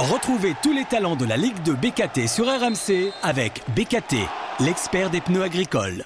Retrouvez tous les talents de la Ligue 2 BKT sur RMC avec BKT, l'expert des pneus agricoles.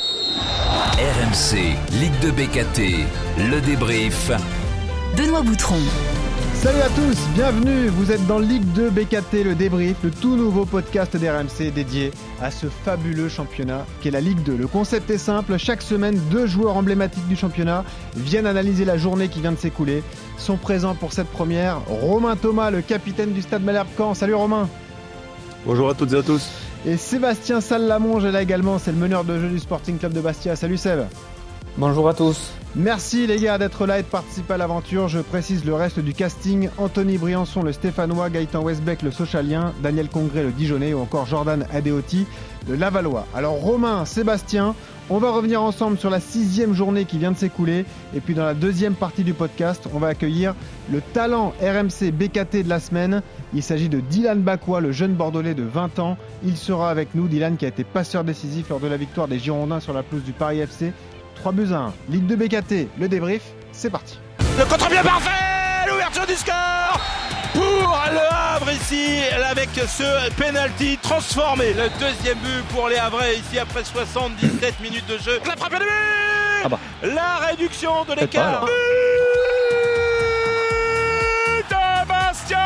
RMC, Ligue 2 BKT, le débrief. Benoît Boutron. Salut à tous, bienvenue, vous êtes dans Ligue 2 BKT, le débrief, le tout nouveau podcast d'RMC dédié à ce fabuleux championnat qu'est la Ligue 2. Le concept est simple, chaque semaine, 2 joueurs emblématiques du championnat viennent analyser la journée qui vient de s'écouler. Sont présents pour cette première, Romain Thomas, le capitaine du Stade Malherbe-Caen. Salut Romain. Bonjour à toutes et à tous. Et Sébastien Sallamonge est là également, c'est le meneur de jeu du Sporting Club de Bastia. Salut Seb. Bonjour à tous. Merci les gars d'être là et de participer à l'aventure. Je précise le reste du casting. Anthony Briançon, le Stéphanois, Gaëtan Westbeck, le Sochalien, Daniel Congré, le Dijonais ou encore Jordan Adeoti, le Lavallois. Alors Romain, Sébastien, on va revenir ensemble sur la 6e journée qui vient de s'écouler. Et puis dans la deuxième partie du podcast, on va accueillir le talent RMC BKT de la semaine. Il s'agit de Dylan Bakwa, le jeune Bordelais de 20 ans. Il sera avec nous. Dylan qui a été passeur décisif lors de la victoire des Girondins sur la pelouse du Paris FC. 3-1, Ligue 2 BKT, le débrief, c'est parti. Le contre-pied parfait, l'ouverture du score pour le Havre ici avec ce penalty transformé. Le deuxième but pour les Havrais ici après 77 minutes de jeu. La frappe de but La réduction de l'écart. But de Bastia,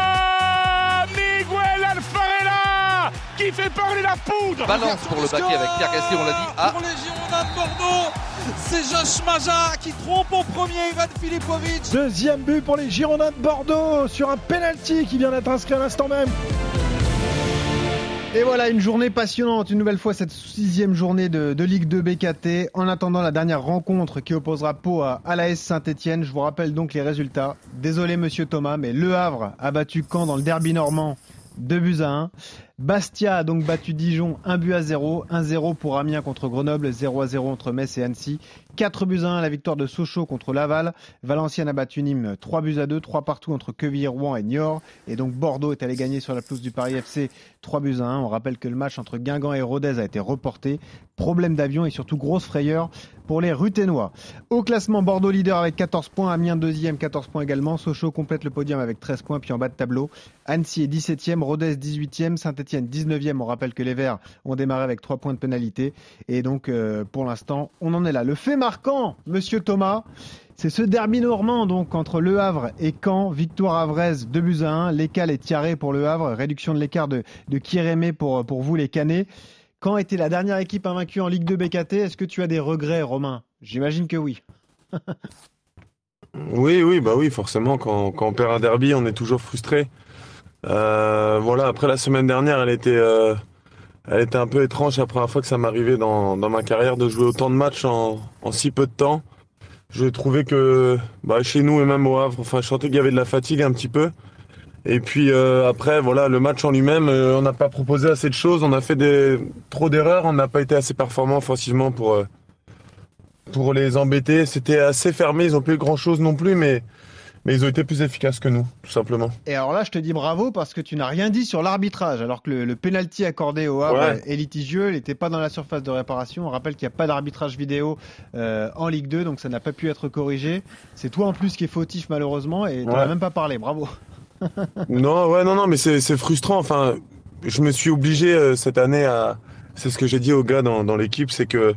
Miguel Alfarella qui fait parler la poudre. Balance pour le baquet avec Pierre Gassi, on l'a dit. Pour les Girondins de Bordeaux, c'est Josh Maja qui trompe en premier Ivan Filipovic. Deuxième but pour les Girondins de Bordeaux sur un penalty qui vient d'être inscrit à l'instant même. Et voilà, une journée passionnante, une nouvelle fois cette 6e journée de Ligue 2 BKT. En attendant la dernière rencontre qui opposera Pau à l'AS Saint-Etienne, je vous rappelle donc les résultats. Désolé monsieur Thomas, mais Le Havre a battu Caen dans le derby normand 2-1. Bastia a donc battu Dijon 1-0, 1-0 pour Amiens contre Grenoble, 0-0 entre Metz et Annecy, 4-1 la victoire de Sochaux contre Laval, Valenciennes a battu Nîmes 3-2, 3 partout entre Quevilly-Rouen et Niort, et donc Bordeaux est allé gagner sur la pelouse du Paris FC 3-1. On rappelle que le match entre Guingamp et Rodez a été reporté, problème d'avion et surtout grosse frayeur pour les Ruthénois. Au classement, Bordeaux leader avec 14 points, Amiens 2e, 14 points également, Sochaux complète le podium avec 13 points, puis en bas de tableau, Annecy est 17e, Rodez 18e, Saint-Etienne 19e, on rappelle que les Verts ont démarré avec 3 points de pénalité, et donc pour l'instant, on en est là. Le fait marquant, monsieur Thomas, c'est ce derby normand donc entre Le Havre et Caen, victoire havraise 2-1, l'écart est tiaré pour Le Havre, réduction de l'écart de Kierémé pour vous les Canets. Caen était la dernière équipe invaincue en Ligue 2 BKT, est-ce que tu as des regrets, Romain ? J'imagine que oui. Oui, forcément, quand on perd un derby, on est toujours frustré. Voilà, après la semaine dernière, elle était un peu étrange, la première fois que ça m'arrivait dans ma carrière de jouer autant de matchs en si peu de temps. Je trouvais que chez nous et même au Havre, je sentais qu'il y avait de la fatigue un petit peu. Et puis après, voilà, le match en lui-même, on n'a pas proposé assez de choses, on a fait trop d'erreurs, on n'a pas été assez performant offensivement pour les embêter. C'était assez fermé, ils n'ont pas eu grand-chose non plus, mais ils ont été plus efficaces que nous, tout simplement. Et alors là, je te dis bravo parce que tu n'as rien dit sur l'arbitrage, alors que le penalty accordé au Havre est litigieux, il n'était pas dans la surface de réparation. On rappelle qu'il n'y a pas d'arbitrage vidéo en Ligue 2, donc ça n'a pas pu être corrigé. C'est toi en plus qui est fautif malheureusement et tu n'en as même pas parlé, bravo. Non, mais c'est frustrant. Enfin, je me suis obligé cette année c'est ce que j'ai dit aux gars dans l'équipe, c'est que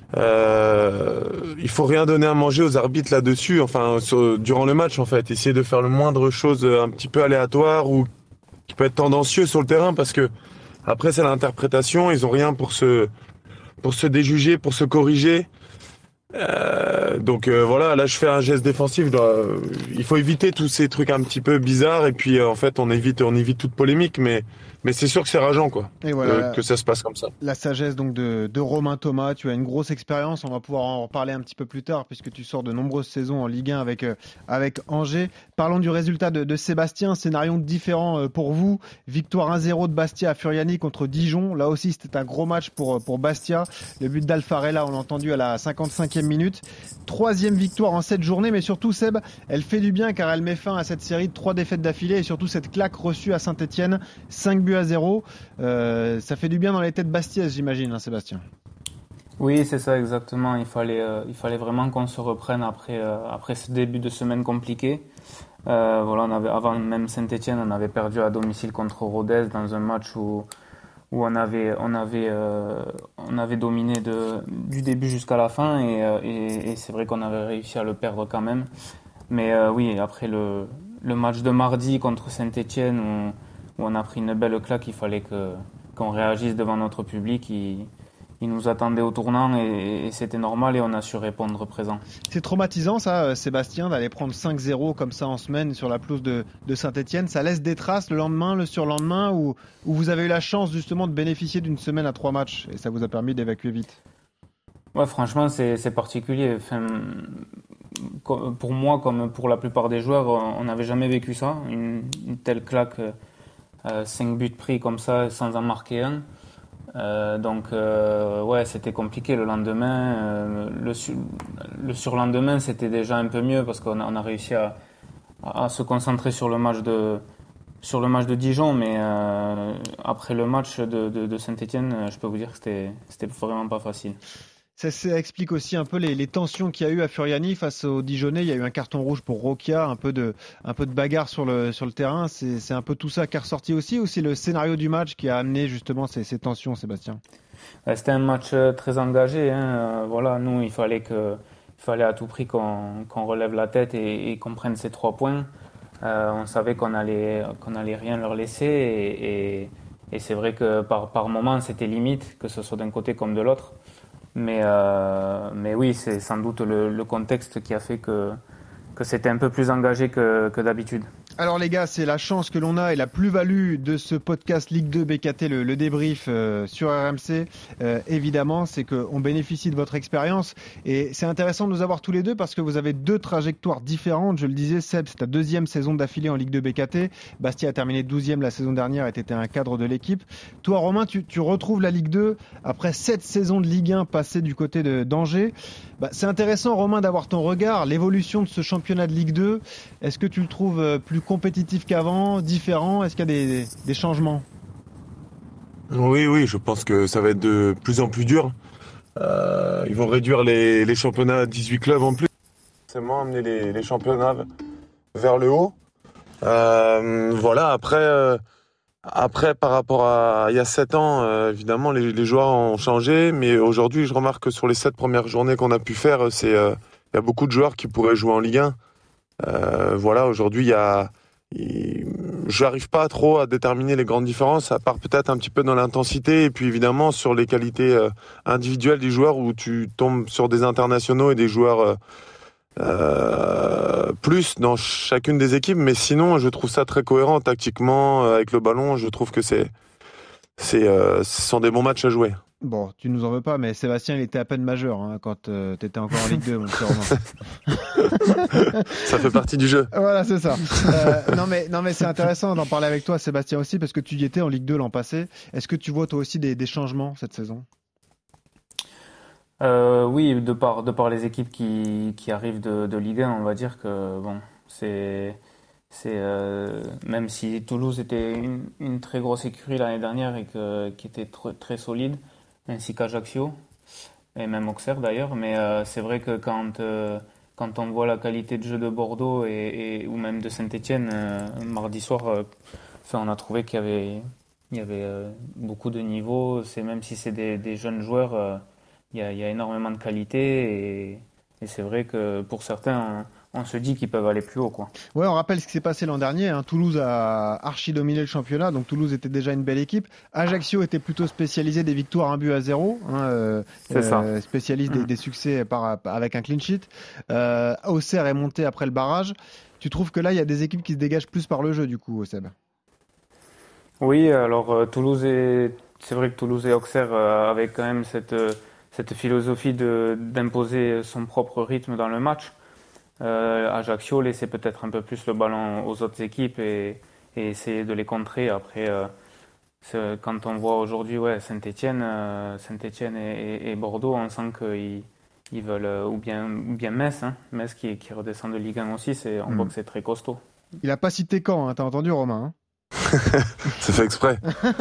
il faut rien donner à manger aux arbitres là-dessus. Enfin, durant le match, en fait, essayer de faire le moindre chose un petit peu aléatoire ou qui peut être tendancieux sur le terrain, parce que après c'est l'interprétation. Ils ont rien pour se déjuger, pour se corriger. Donc voilà, là je fais un geste défensif. Il faut éviter tous ces trucs un petit peu bizarres et puis en fait on évite toute polémique, mais c'est sûr que c'est rageant quoi. Et voilà, que ça se passe comme ça. La sagesse donc de Romain Thomas, tu as une grosse expérience, on va pouvoir en reparler un petit peu plus tard puisque tu sors de nombreuses saisons en Ligue 1 avec Angers. Parlons du résultat de Sébastien, scénario différent pour vous. Victoire 1-0 de Bastia à Furiani contre Dijon. Là aussi c'était un gros match pour Bastia. Le but d'Alfarella, on l'a entendu à la 55e minute. 3e victoire en 7 journées, mais surtout Seb, elle fait du bien car elle met fin à cette série de 3 défaites d'affilée et surtout cette claque reçue à Saint-Etienne, 5-0. Ça fait du bien dans les têtes bastiaises, j'imagine, hein, Sébastien. Oui, c'est ça exactement. Il fallait vraiment qu'on se reprenne après ce début de semaine compliqué. Avant même Saint-Etienne, on avait perdu à domicile contre Rodez dans un match où on avait dominé du début jusqu'à la fin et c'est vrai qu'on avait réussi à le perdre quand même. Mais oui, après le match de mardi contre Saint-Etienne où on a pris une belle claque, il fallait qu'on réagisse devant notre public. Il nous attendait au tournant et c'était normal et on a su répondre présent. C'est traumatisant ça, Sébastien, d'aller prendre 5-0 comme ça en semaine sur la pelouse de Saint-Etienne. Ça laisse des traces le lendemain, le surlendemain, où vous avez eu la chance justement de bénéficier d'une semaine à 3 matchs et ça vous a permis d'évacuer vite. Ouais, franchement, c'est particulier. Enfin, pour moi, comme pour la plupart des joueurs, on n'avait jamais vécu ça. Une telle claque, 5 buts pris comme ça sans en marquer un. Ouais, c'était compliqué le lendemain. Le surlendemain, c'était déjà un peu mieux parce qu'on a réussi à se concentrer sur le match de Dijon, mais après le match de Saint-Etienne, je peux vous dire que c'était vraiment pas facile. Ça explique aussi un peu les tensions qu'il y a eu à Furiani face aux Dijonais. Il y a eu un carton rouge pour Rokia, un peu de bagarre sur le terrain. C'est un peu tout ça qui est ressorti aussi, ou c'est le scénario du match qui a amené justement ces tensions, Sébastien? C'était un match très engagé. Voilà, nous, il fallait à tout prix qu'on relève la tête et qu'on prenne ces 3 points. On savait qu'on allait rien leur laisser et c'est vrai que par moments, c'était limite, que ce soit d'un côté comme de l'autre. Mais oui, c'est sans doute le contexte qui a fait que c'était un peu plus engagé que d'habitude. Alors les gars, c'est la chance que l'on a et la plus-value de ce podcast Ligue 2 BKT, le débrief sur RMC, évidemment, c'est qu'on bénéficie de votre expérience. Et c'est intéressant de nous avoir tous les deux parce que vous avez 2 trajectoires différentes. Je le disais, Seb, c'est ta 2e saison d'affilée en Ligue 2 BKT. Bastien a terminé 12e la saison dernière et tu étais un cadre de l'équipe. Toi, Romain, tu retrouves la Ligue 2 après 7 saisons de Ligue 1 passées du côté d'Angers. C'est intéressant, Romain, d'avoir ton regard, l'évolution de ce championnat de Ligue 2. Est-ce que tu le trouves plus compétitif qu'avant, différent? Est-ce qu'il y a des changements? Oui, je pense que ça va être de plus en plus dur. Ils vont réduire les championnats à 18 clubs en plus. C'est vraiment amener les championnats vers le haut. Voilà, après, par rapport à il y a 7 ans, évidemment, les joueurs ont changé. Mais aujourd'hui, je remarque que sur les 7 premières journées qu'on a pu faire, il y a beaucoup de joueurs qui pourraient jouer en Ligue 1. Voilà, aujourd'hui, je n'arrive pas trop à déterminer les grandes différences, à part peut-être un petit peu dans l'intensité et puis évidemment sur les qualités individuelles des joueurs où tu tombes sur des internationaux et des joueurs plus dans chacune des équipes. Mais sinon, je trouve ça très cohérent tactiquement avec le ballon. Je trouve que ce sont des bons matchs à jouer. Bon, tu nous en veux pas, mais Sébastien, il était à peine majeur quand tu étais encore en Ligue 2, mon cher Romain. Ça fait partie du jeu. Voilà, c'est ça. Non mais c'est intéressant d'en parler avec toi, Sébastien, aussi, parce que tu y étais en Ligue 2 l'an passé. Est-ce que tu vois toi aussi des changements cette saison? Oui, de par les équipes qui arrivent de Ligue 1, on va dire que bon, même si Toulouse était une très grosse écurie l'année dernière et qui était très solide, ainsi qu'Ajaccio et même Auxerre d'ailleurs, mais c'est vrai que quand on voit la qualité de jeu de Bordeaux ou même de Saint-Etienne mardi soir, on a trouvé qu'il y avait beaucoup de niveaux. Même si c'est des jeunes joueurs, il y a énormément de qualité et c'est vrai que pour certains on se dit qu'ils peuvent aller plus haut, quoi. Ouais, on rappelle ce qui s'est passé l'an dernier. Toulouse a archi dominé le championnat, donc Toulouse était déjà une belle équipe. Ajaccio était plutôt spécialisé des victoires 1-0. C'est ça. Spécialiste des succès avec un clean sheet. Auxerre est monté après le barrage. Tu trouves que là, il y a des équipes qui se dégagent plus par le jeu, du coup, Seb? Oui, alors c'est vrai que Toulouse et Auxerre avaient quand même cette philosophie d'imposer son propre rythme dans le match. Ajaccio laissait peut-être un peu plus le ballon aux autres équipes et essayer de les contrer. Après, quand on voit aujourd'hui Saint-Etienne et Bordeaux, on sent qu'ils veulent, ou bien Metz, Metz qui redescend de Ligue 1 aussi, on voit que c'est très costaud. Il n'a pas cité Caen, t'as entendu, Romain? C'est fait exprès.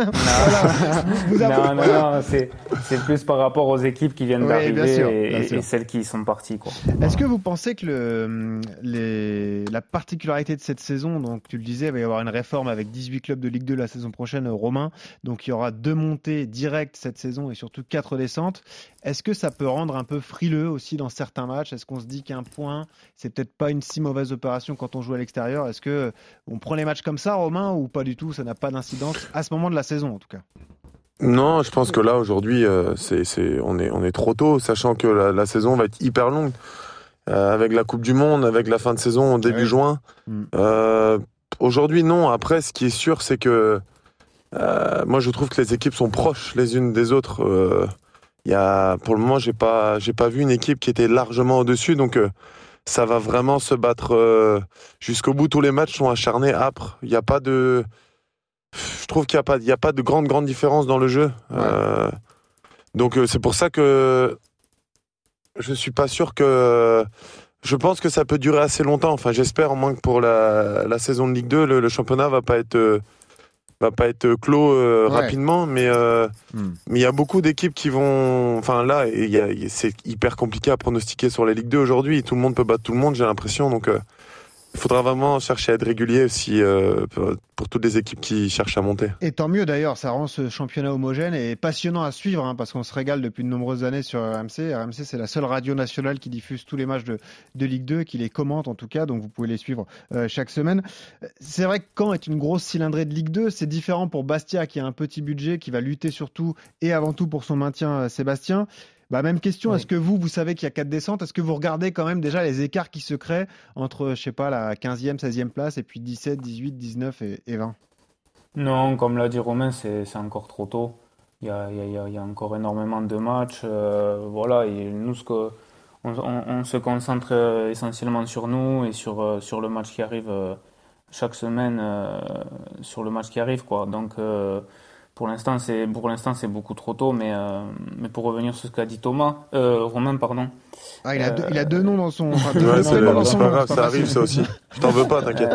Non, c'est plus par rapport aux équipes qui viennent d'arriver et celles qui sont parties, quoi. Est-ce que vous pensez que la particularité de cette saison, donc tu le disais, il va y avoir une réforme avec 18 clubs de Ligue 2 la saison prochaine, Romain, donc il y aura 2 montées directes cette saison et surtout 4 descentes. Est-ce que ça peut rendre un peu frileux aussi dans certains matchs? Est-ce qu'on se dit qu'un point, c'est peut-être pas une si mauvaise opération quand on joue à l'extérieur? Est-ce que on prend les matchs comme ça, Romain, ou pas du tout? Ça n'a pas d'incidence à ce moment de la saison, en tout cas. Non, je pense que là aujourd'hui, on est trop tôt, sachant que la saison va être hyper longue, avec la Coupe du Monde, avec la fin de saison au début juin. Aujourd'hui, non. Après, ce qui est sûr, c'est que moi, je trouve que les équipes sont proches les unes des autres. Pour le moment, j'ai pas vu une équipe qui était largement au-dessus, donc ça va vraiment se battre jusqu'au bout. Tous les matchs sont acharnés, âpres. Il y a pas de, je trouve qu'il y a pas de grande différence dans le jeu. Donc c'est pour ça que je suis pas sûr que. Je pense que ça peut durer assez longtemps. Enfin, j'espère, au moins que pour la saison de Ligue 2, le championnat va pas être clos rapidement, mais il y a beaucoup d'équipes qui vont. Enfin là, c'est hyper compliqué à pronostiquer sur la Ligue 2 aujourd'hui. Tout le monde peut battre tout le monde, j'ai l'impression. Donc il faudra vraiment chercher à être régulier aussi pour toutes les équipes qui cherchent à monter. Et tant mieux d'ailleurs, ça rend ce championnat homogène et passionnant à suivre, parce qu'on se régale depuis de nombreuses années sur RMC. RMC, c'est la seule radio nationale qui diffuse tous les matchs de Ligue 2, qui les commente en tout cas, donc vous pouvez les suivre chaque semaine. C'est vrai que Caen est une grosse cylindrée de Ligue 2, c'est différent pour Bastia qui a un petit budget, qui va lutter surtout et avant tout pour son maintien, Sébastien. Même question, Est-ce que vous savez qu'il y a 4 descentes? Est-ce que vous regardez quand même déjà les écarts qui se créent entre, je sais pas, la 15e, 16e place et puis 17, 18, 19 et 20? Non, comme l'a dit Romain, c'est encore trop tôt. Il y a encore énormément de matchs. Voilà, et nous, on se concentre essentiellement sur nous et sur le match qui arrive chaque semaine, sur le match qui arrive, quoi. Donc, pour l'instant, c'est beaucoup trop tôt, mais pour revenir sur ce qu'a dit Romain, pardon. Il a 2 noms dans son. C'est pas grave, ça arrive ça aussi. Je t'en veux pas, t'inquiète.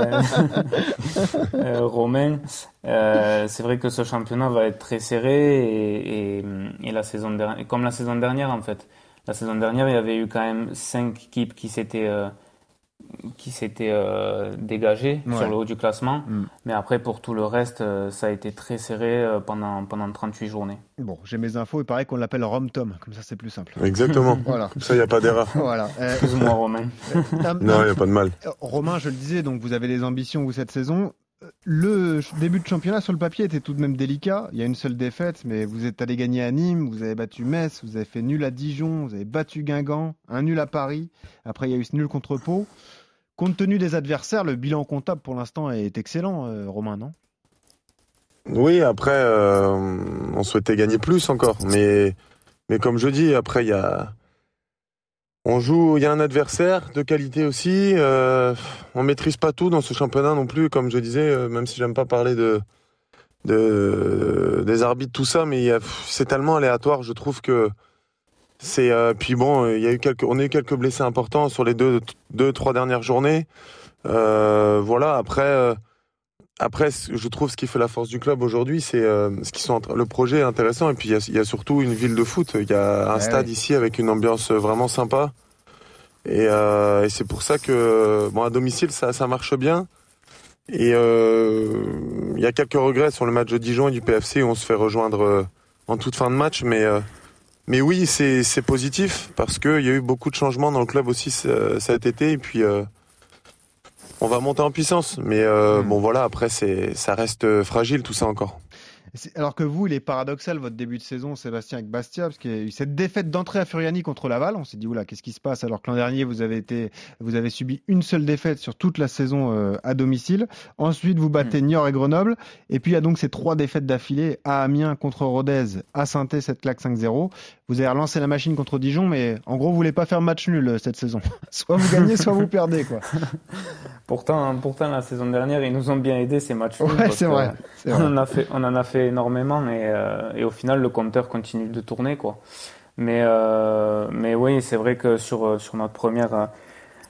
Romain, c'est vrai que ce championnat va être très serré et la saison dernière, comme la saison dernière en fait. La saison dernière, il y avait eu quand même 5 équipes qui s'étaient dégagées sur le haut du classement. Mais après, pour tout le reste, ça a été très serré pendant 38 journées. Bon, j'ai mes infos. Il paraît qu'on l'appelle Rom-Tom. Comme ça, c'est plus simple. Exactement. Voilà. Comme ça, il n'y a pas d'erreur. Voilà. Excuse-moi, Romain. Non, il n'y a pas de mal. Romain, je le disais, donc vous avez des ambitions, vous, cette saison. Le début de championnat sur le papier était tout de même délicat. Il y a une seule défaite, mais vous êtes allé gagner à Nîmes, vous avez battu Metz, vous avez fait nul à Dijon, vous avez battu Guingamp, un nul à Paris. Après, il y a eu ce nul contre Pau. Compte tenu des adversaires, le bilan comptable pour l'instant est excellent, Romain, non? Oui, après, on souhaitait gagner plus encore. Mais comme je dis, après, il y a un adversaire de qualité aussi. On maîtrise pas tout dans ce championnat non plus, comme je disais, même si j'aime pas parler des arbitres, tout ça, mais c'est tellement aléatoire, je trouve que c'est. Puis bon, on a eu quelques blessés importants sur les 2-3 dernières journées. Voilà. Après, je trouve ce qui fait la force du club aujourd'hui, c'est le projet est intéressant, et puis il y a surtout une ville de foot. Il y a un stade ici avec une ambiance vraiment sympa. Et c'est pour ça que à domicile ça marche bien. Et il y a quelques regrets sur le match de Dijon et du PFC où on se fait rejoindre en toute fin de match, mais oui, c'est positif parce que il y a eu beaucoup de changements dans le club aussi cet été, et puis on va monter en puissance. Mais bon voilà, après ça reste fragile tout ça encore. Alors que vous, il est paradoxal votre début de saison, Sébastien, avec Bastia, parce qu'il y a eu cette défaite d'entrée à Furiani contre Laval. On s'est dit, oula, qu'est-ce qui se passe? Alors que l'an dernier, vous avez subi une seule défaite sur toute la saison à domicile. Ensuite, vous battez Niort et Grenoble. Et puis, il y a donc ces 3 défaites d'affilée à Amiens contre Rodez, à Saint-Étienne, cette claque 5-0. Vous avez relancé la machine contre Dijon, mais en gros, vous voulez pas faire match nul cette saison. Soit vous gagnez, soit vous perdez, quoi. Pourtant, la saison dernière, ils nous ont bien aidés, ces matchs nuls. Ouais, c'est vrai. On en a fait énormément, et au final, le compteur continue de tourner, quoi. Mais oui, c'est vrai que sur notre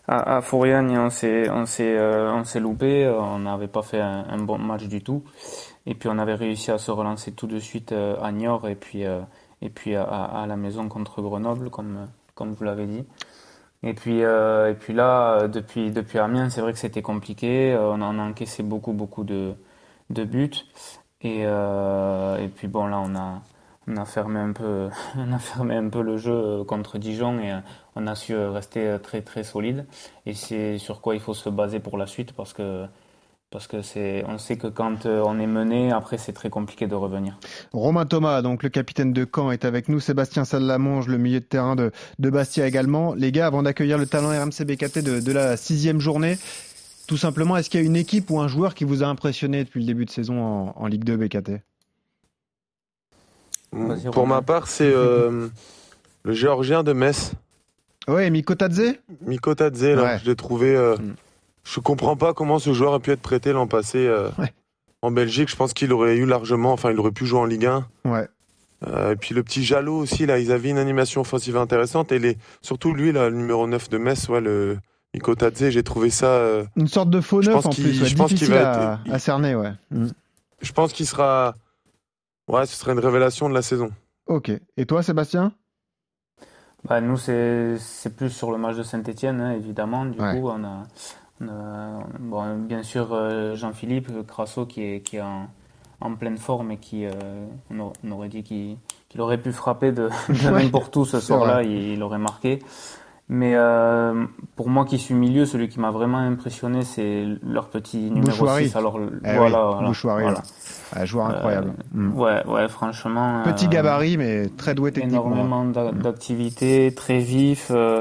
à Fouriane et on s'est loupé. On n'avait pas fait un bon match du tout. Et puis on avait réussi à se relancer tout de suite à Niort et puis à la maison contre Grenoble, comme vous l'avez dit. Et puis là, depuis Amiens, c'est vrai que c'était compliqué. On a encaissé beaucoup de buts. Et puis bon, là, on a fermé un peu le jeu contre Dijon et on a su rester très très solide. Et c'est sur quoi il faut se baser pour la suite parce que on sait que quand on est mené, après c'est très compliqué de revenir. Romain Thomas, donc le capitaine de Caen, est avec nous. Sébastien Salamonge, le milieu de terrain de Bastia également. Les gars, avant d'accueillir le talent RMC BKT de la 6e journée, tout simplement, est-ce qu'il y a une équipe ou un joueur qui vous a impressionné depuis le début de saison en Ligue 2 BKT ? Pour ma part, c'est le Géorgien de Metz. Ouais, Mikotadze. Là, ouais. Je l'ai trouvé... Je comprends pas comment ce joueur a pu être prêté l'an passé en Belgique. Je pense qu'il aurait eu largement, il aurait pu jouer en Ligue 1. Ouais. Et puis le petit Jalot aussi, là, ils avaient une animation offensive intéressante. Et surtout lui, là, le numéro 9 de Metz, le Mikotadze, j'ai trouvé ça... une sorte de faux neuf en plus, difficile à cerner, ouais. Je pense qu'il sera... Ouais, ce serait une révélation de la saison. Ok. Et toi, Sébastien ? Nous, c'est plus sur le match de Saint-Etienne, évidemment. Du coup, on a bien sûr Jean-Philippe Crasso qui est en pleine forme et qui on aurait dit qu'il aurait pu frapper de n'importe où ce soir-là, il aurait marqué. Mais pour moi qui suis milieu, celui qui m'a vraiment impressionné, c'est leur petit numéro Bouchouari. 6. Alors Bouchouari, voilà. Joueur incroyable. Ouais, franchement. Petit gabarit, mais très doué techniquement. Énormément d'activité, très vif. Un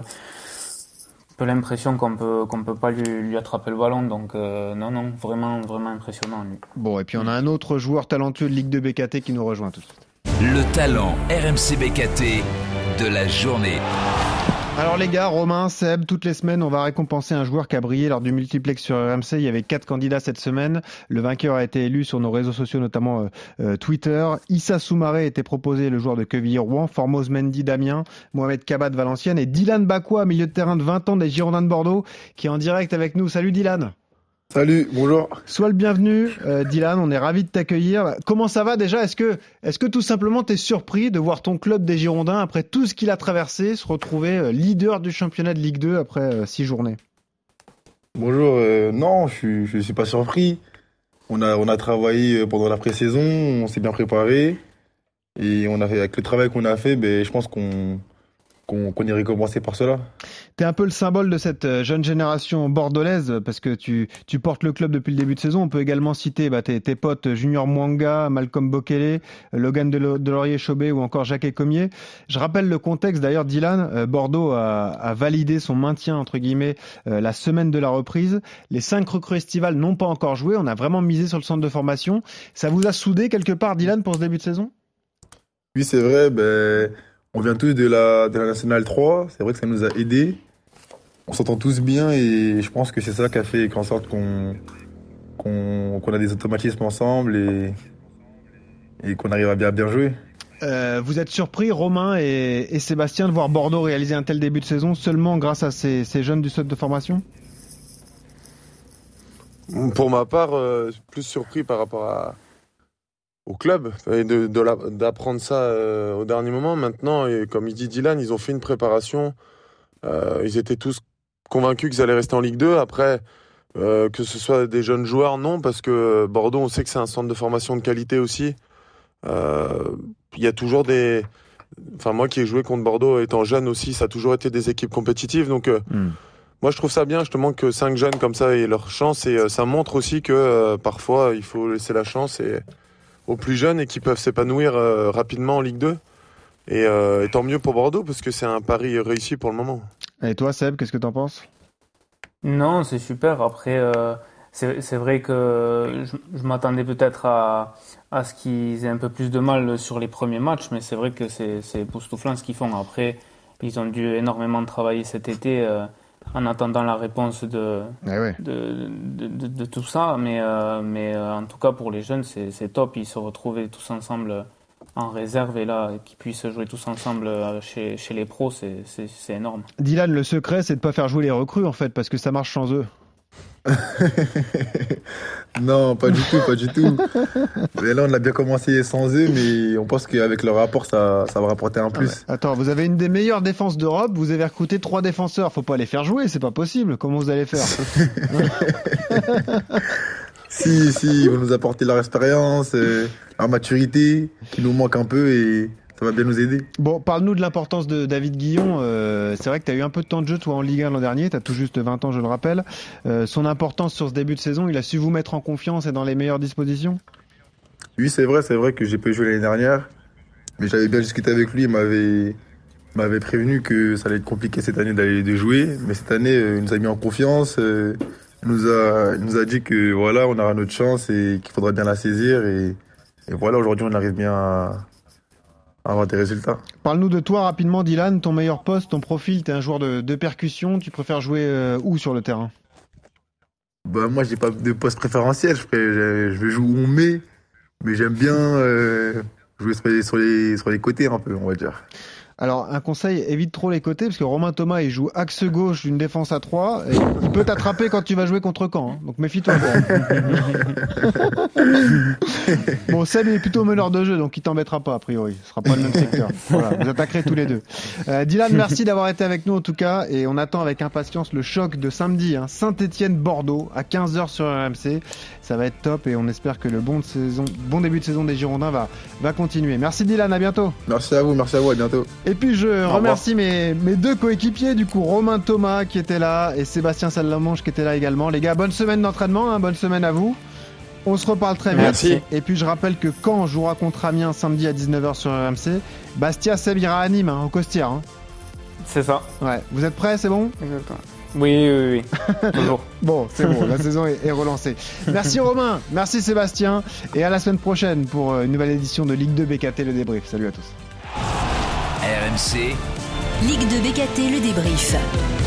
peu l'impression qu'on peut pas lui attraper le ballon, donc non, vraiment impressionnant lui. Bon, et puis on a un autre joueur talentueux de Ligue 2 BKT qui nous rejoint tout de suite. Le talent RMC BKT de la journée. Alors les gars, Romain, Seb, toutes les semaines, on va récompenser un joueur qui a brillé lors du multiplex sur RMC. Il y avait 4 candidats cette semaine. Le vainqueur a été élu sur nos réseaux sociaux, notamment Twitter. Issa Soumaré était proposé, le joueur de Quevilly-Rouen, Formose Mendy d'Amiens, Mohamed Kaba de Valenciennes et Dylan Bakoua, milieu de terrain de 20 ans des Girondins de Bordeaux, qui est en direct avec nous. Salut Dylan. Salut, bonjour. Sois le bienvenu, Dylan, on est ravis de t'accueillir. Comment ça va déjà ? Est-ce que tout simplement t'es surpris de voir ton club des Girondins, après tout ce qu'il a traversé, se retrouver leader du championnat de Ligue 2 après 6 journées ? Bonjour, non, je suis pas surpris. On a travaillé pendant la pré-saison, on s'est bien préparé et avec le travail qu'on a fait, je pense qu'on est récompensé par cela. T'es un peu le symbole de cette jeune génération bordelaise parce que tu portes le club depuis le début de saison. On peut également citer tes potes Junior Mwanga, Malcolm Bokele, Logan Delaurier-Chobé ou encore Jacques Ecomier. Je rappelle le contexte d'ailleurs, Dylan. Bordeaux a validé son maintien entre guillemets la semaine de la reprise. Les 5 recrues estivales n'ont pas encore joué. On a vraiment misé sur le centre de formation. Ça vous a soudé quelque part, Dylan, pour ce début de saison ? Oui, c'est vrai. On vient tous de la Nationale 3, c'est vrai que ça nous a aidés. On s'entend tous bien et je pense que c'est ça qui a fait en sorte qu'on a des automatismes ensemble et qu'on arrive à bien jouer. Vous êtes surpris, Romain et Sébastien, de voir Bordeaux réaliser un tel début de saison seulement grâce à ces jeunes du centre de formation ? Pour ma part, plus surpris par rapport au club et d'apprendre ça au dernier moment. Maintenant, et comme il dit Dylan, ils ont fait une préparation. Ils étaient tous convaincus qu'ils allaient rester en Ligue 2. Après, que ce soit des jeunes joueurs, non, parce que Bordeaux, on sait que c'est un centre de formation de qualité aussi. Il y a toujours moi qui ai joué contre Bordeaux étant jeune aussi, ça a toujours été des équipes compétitives. Donc, moi, je trouve ça bien justement que 5 jeunes comme ça aient leur chance. Et ça montre aussi que parfois, il faut laisser la chance aux plus jeunes et qui peuvent s'épanouir rapidement en Ligue 2. Et tant mieux pour Bordeaux parce que c'est un pari réussi pour le moment. Et toi, Seb, qu'est-ce que t'en penses ? Non, c'est super. Après, c'est vrai que je m'attendais peut-être à ce qu'ils aient un peu plus de mal sur les premiers matchs, mais c'est vrai que c'est époustouflant ce qu'ils font. Après, ils ont dû énormément travailler cet été en attendant la réponse de tout ça. Mais en tout cas, pour les jeunes, c'est top. Ils se retrouvaient tous ensemble en réserve et là qu'ils puissent jouer tous ensemble chez les pros, c'est énorme. Dylan, le secret, c'est de pas faire jouer les recrues en fait, parce que ça marche sans eux. Non, pas du tout. Et là, on a bien commencé sans eux, mais on pense qu'avec leur rapport, ça va rapporter un plus. Ah ouais. Attends, vous avez une des meilleures défenses d'Europe, vous avez recruté 3 défenseurs, faut pas les faire jouer, c'est pas possible. Comment vous allez faire? Si, ils vont nous apporter leur expérience, leur maturité, qui nous manque un peu et ça va bien nous aider. Bon, parle-nous de l'importance de David Guillon. C'est vrai que tu as eu un peu de temps de jeu, toi, en Ligue 1 l'an dernier. Tu as tout juste 20 ans, je le rappelle. Son importance sur ce début de saison, il a su vous mettre en confiance et dans les meilleures dispositions? Oui, c'est vrai que j'ai pas joué l'année dernière. Mais j'avais bien discuté avec lui. Il m'avait prévenu que ça allait être compliqué cette année de jouer. Mais cette année, il nous a mis en confiance. Il nous a dit que voilà, on aura notre chance et qu'il faudra bien la saisir. Et voilà, aujourd'hui, on arrive bien à avoir des résultats. Parle-nous de toi rapidement, Dylan. Ton meilleur poste, ton profil, tu es un joueur de percussion. Tu préfères jouer où sur le terrain? Bah, moi, j'ai pas de poste préférentiel. Je vais jouer où on met. Mais j'aime bien jouer sur les côtés un peu, on va dire. Alors, un conseil, évite trop les côtés, parce que Romain Thomas, il joue axe gauche d'une défense à 3, et il peut t'attraper quand tu vas jouer contre Caen, hein, donc méfie-toi. Bon, Seb est plutôt meneur de jeu, donc il t'embêtera pas, a priori. Ce sera pas le même secteur. Voilà, vous attaquerez tous les deux. Dylan, merci d'avoir été avec nous, en tout cas, et on attend avec impatience le choc de samedi, hein, Saint-Étienne-Bordeaux, à 15h sur RMC. Ça va être top, et on espère que le bon début de saison des Girondins va continuer. Merci Dylan, à bientôt. Merci à vous, à bientôt. Et puis je remercie mes 2 coéquipiers, du coup Romain Thomas qui était là et Sébastien Salamanche qui était là également. Les gars, bonne semaine d'entraînement, hein, bonne semaine à vous. On se reparle très vite. Merci. Et puis je rappelle que Caen jouera contre Amiens samedi à 19h sur RMC. Bastia Seb ira à Nîmes, hein, au Costières. Hein. C'est ça. Ouais. Vous êtes prêts, c'est bon? Exactement. Oui. Toujours. Bon, c'est bon, la saison est relancée. Merci Romain, merci Sébastien. Et à la semaine prochaine pour une nouvelle édition de Ligue 2 BKT, le débrief. Salut à tous. RMC Ligue 2 BKT, le débrief.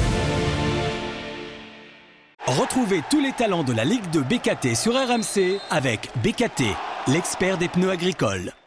Retrouvez tous les talents de la Ligue 2 BKT sur RMC avec BKT, l'expert des pneus agricoles.